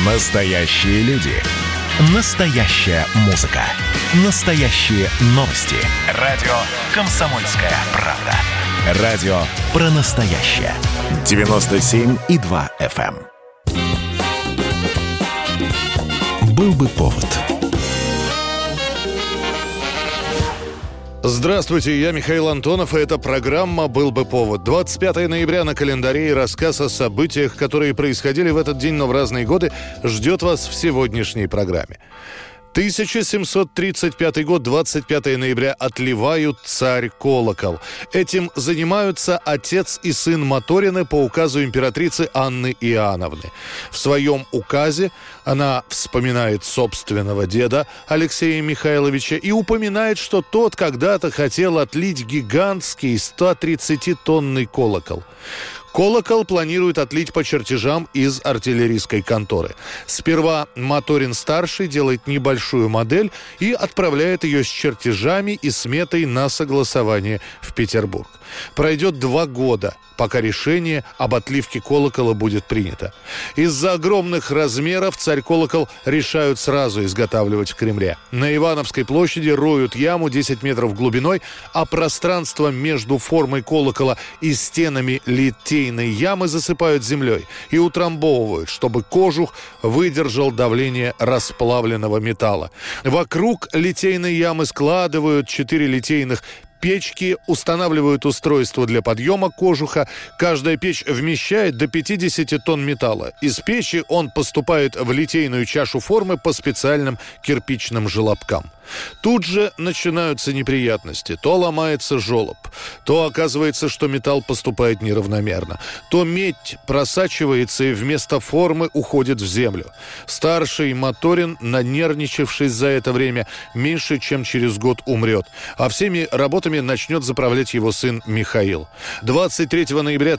Настоящие люди. Настоящая музыка. Настоящие новости. Радио «Комсомольская правда». Радио про настоящее. 97,2 FM. Был бы повод. Здравствуйте, я Михаил Антонов, и эта программа «Был бы повод». 25 ноября на календаре, и рассказ о событиях, которые происходили в этот день, но в разные годы, ждет вас в сегодняшней программе. 1735 год, 25 ноября, отливают царь-колокол. Этим занимаются отец и сын Моторины по указу императрицы Анны Иоанновны. В своем указе она вспоминает собственного деда Алексея Михайловича и упоминает, что тот когда-то хотел отлить гигантский 130-тонный колокол. Колокол планируют отлить по чертежам из артиллерийской конторы. Сперва Моторин-старший делает небольшую модель и отправляет ее с чертежами и сметой на согласование в Петербург. Пройдет 2 года, пока решение об отливке колокола будет принято. Из-за огромных размеров царь-колокол решают сразу изготавливать в Кремле. На Ивановской площади роют яму 10 метров глубиной, а пространство между формой колокола и стенами литейной ямы засыпают землей и утрамбовывают, чтобы кожух выдержал давление расплавленного металла. Вокруг литейной ямы складывают 4 литейных печки, устанавливают устройство для подъема кожуха. Каждая печь вмещает до 50 тонн металла. Из печи он поступает в литейную чашу формы по специальным кирпичным желобкам. Тут же начинаются неприятности. То ломается желоб, то оказывается, что металл поступает неравномерно, то медь просачивается и вместо формы уходит в землю. Старший Моторин, нанервничавшись за это время, меньше чем через год умрет, а всеми работами начнет заправлять его сын Михаил. 23 ноября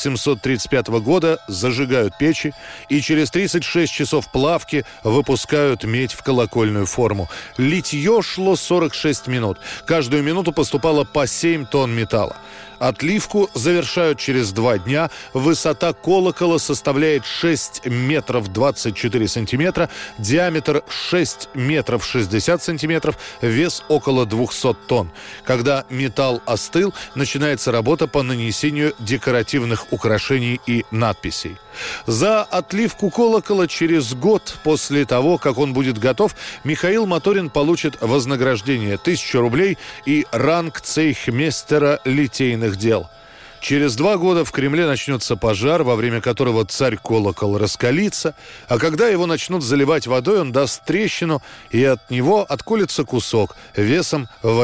1735 года зажигают печи и через 36 часов плавки выпускают медь в колокольную форму. Литье шло 46 минут. Каждую минуту поступало по 7 тонн металла. Отливку завершают через 2 дня. Высота колокола составляет 6 метров 24 сантиметра, диаметр 6 метров 60 сантиметров, вес около 200 тонн. Когда металл остыл, начинается работа по нанесению декоративных украшений и надписей. За отливку колокола через год после того, как он будет готов, Михаил Моторин получит вознаграждение 1000 рублей и ранг цейхмейстера литейных дел. Через 2 года в Кремле начнется пожар, во время которого царь-колокол раскалится, а когда его начнут заливать водой, он даст трещину, и от него отколется кусок весом в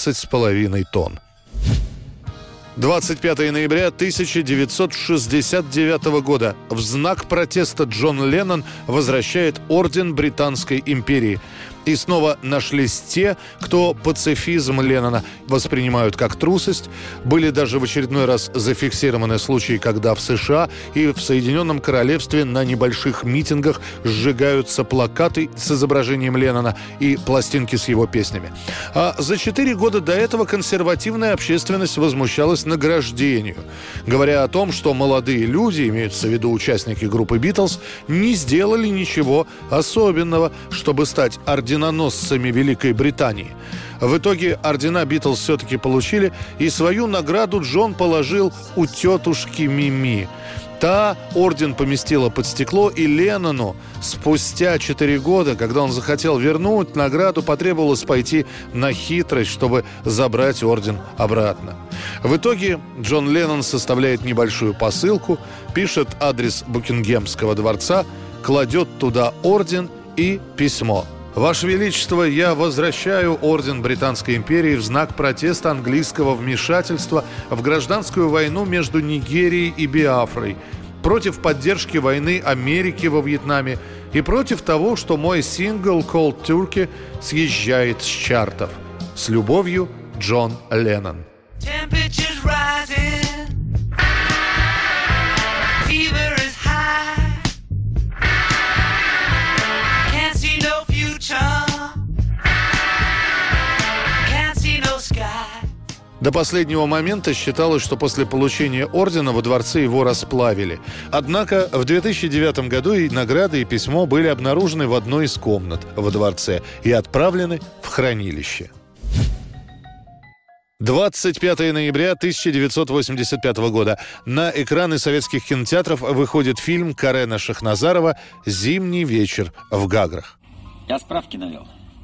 11,5 тонн. 25 ноября 1969 года в знак протеста Джон Леннон возвращает орден Британской империи. И снова нашлись те, кто пацифизм Леннона воспринимают как трусость. Были даже в очередной раз зафиксированы случаи, когда в США и в Соединенном Королевстве на небольших митингах сжигаются плакаты с изображением Леннона и пластинки с его песнями. А за 4 года до этого консервативная общественность возмущалась награждению, говоря о том, что молодые люди, имеются в виду участники группы «Битлз», не сделали ничего особенного, чтобы стать орденоносцами Великой Британии. В итоге ордена «Битлз» все-таки получили, и свою награду Джон положил у тетушки Мими. Та орден поместила под стекло, и Леннону спустя 4 года, когда он захотел вернуть награду, потребовалось пойти на хитрость, чтобы забрать орден обратно. В итоге Джон Леннон составляет небольшую посылку, пишет адрес Букингемского дворца, кладет туда орден и письмо. «Ваше Величество, я возвращаю орден Британской империи в знак протеста английского вмешательства в гражданскую войну между Нигерией и Биафрой, против поддержки войны Америки во Вьетнаме и против того, что мой сингл «Cold Turkey» съезжает с чартов. С любовью, Джон Леннон». До последнего момента считалось, что после получения ордена во дворце его расплавили. Однако в 2009 году и награды, и письмо были обнаружены в одной из комнат во дворце и отправлены в хранилище. 25 ноября 1985 года. На экраны советских кинотеатров выходит фильм Карена Шахназарова «Зимний вечер в Гаграх». Я справки навел.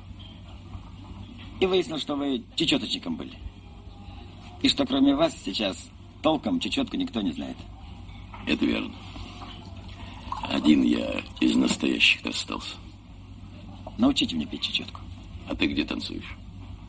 И выяснил, что вы чечеточником были. И что кроме вас сейчас толком чечетку никто не знает. Это верно. Один я из настоящих остался. Научите меня петь чечетку. А ты где танцуешь?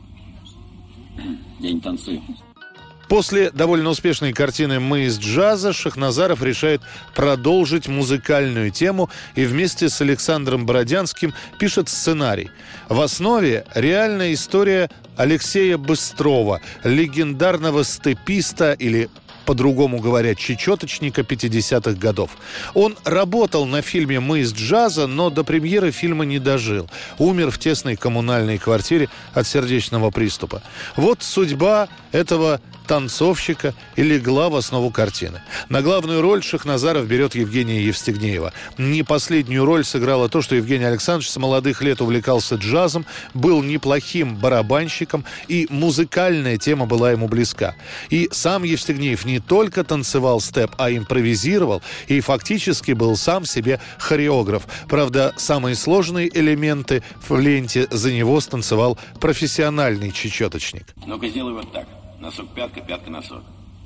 Я не танцую. После довольно успешной картины «Мы из джаза» Шахназаров решает продолжить музыкальную тему и вместе с Александром Бородянским пишет сценарий. В основе реальная история Алексея Быстрова, легендарного степиста или, по-другому говоря, чечеточника 50-х годов. Он работал на фильме «Мы из джаза», но до премьеры фильма не дожил. Умер в тесной коммунальной квартире от сердечного приступа. Вот судьба этого танцовщика и легла в основу картины. На главную роль Шахназаров берет Евгения Евстигнеева. Не последнюю роль сыграло то, что Евгений Александрович с молодых лет увлекался джазом, был неплохим барабанщиком, и музыкальная тема была ему близка. И сам Евстигнеев не только танцевал степ, а импровизировал, и фактически был сам себе хореограф. Правда, самые сложные элементы в ленте за него станцевал профессиональный чечеточник. Ну-ка, сделай вот так. Носок, пятка, пятка, носок.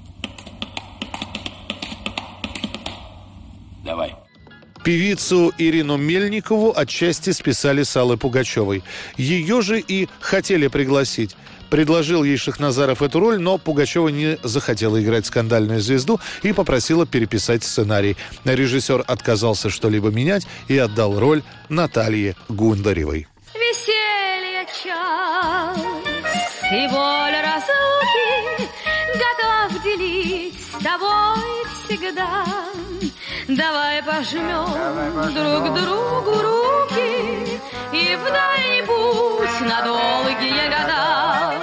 Давай. Певицу Ирину Мельникову отчасти списали с Аллы Пугачевой. Ее же и хотели пригласить. Предложил ей Шахназаров эту роль, но Пугачева не захотела играть скандальную звезду и попросила переписать сценарий. Режиссер отказался что-либо менять и отдал роль Наталье Гундаревой. Веселье час и боль разлуки готов делить с тобой всегда. Давай пожмем друг другу руки и в дальний путь на долгие года.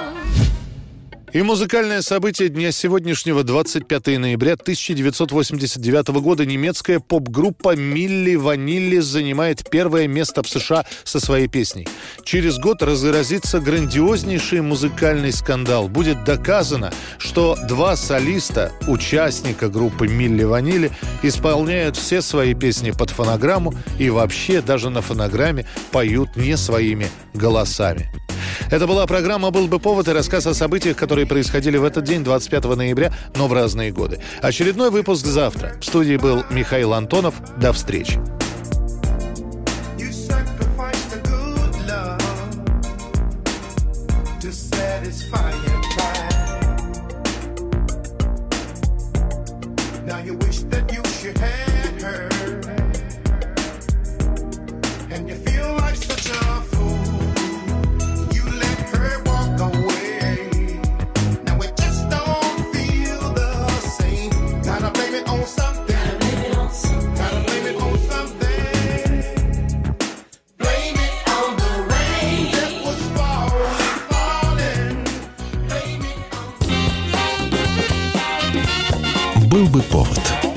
И музыкальное событие дня сегодняшнего, 25 ноября 1989 года, немецкая поп-группа Милли Ванилли занимает первое место в США со своей песней. Через год разразится грандиознейший музыкальный скандал. Будет доказано, что два солиста, участника группы Милли Ванилли, исполняют все свои песни под фонограмму и вообще даже на фонограмме поют не своими голосами. Это была программа «Был бы повод» и рассказ о событиях, которые происходили в этот день, 25 ноября, но в разные годы. Очередной выпуск завтра. В студии был Михаил Антонов. До встречи. «Был бы повод».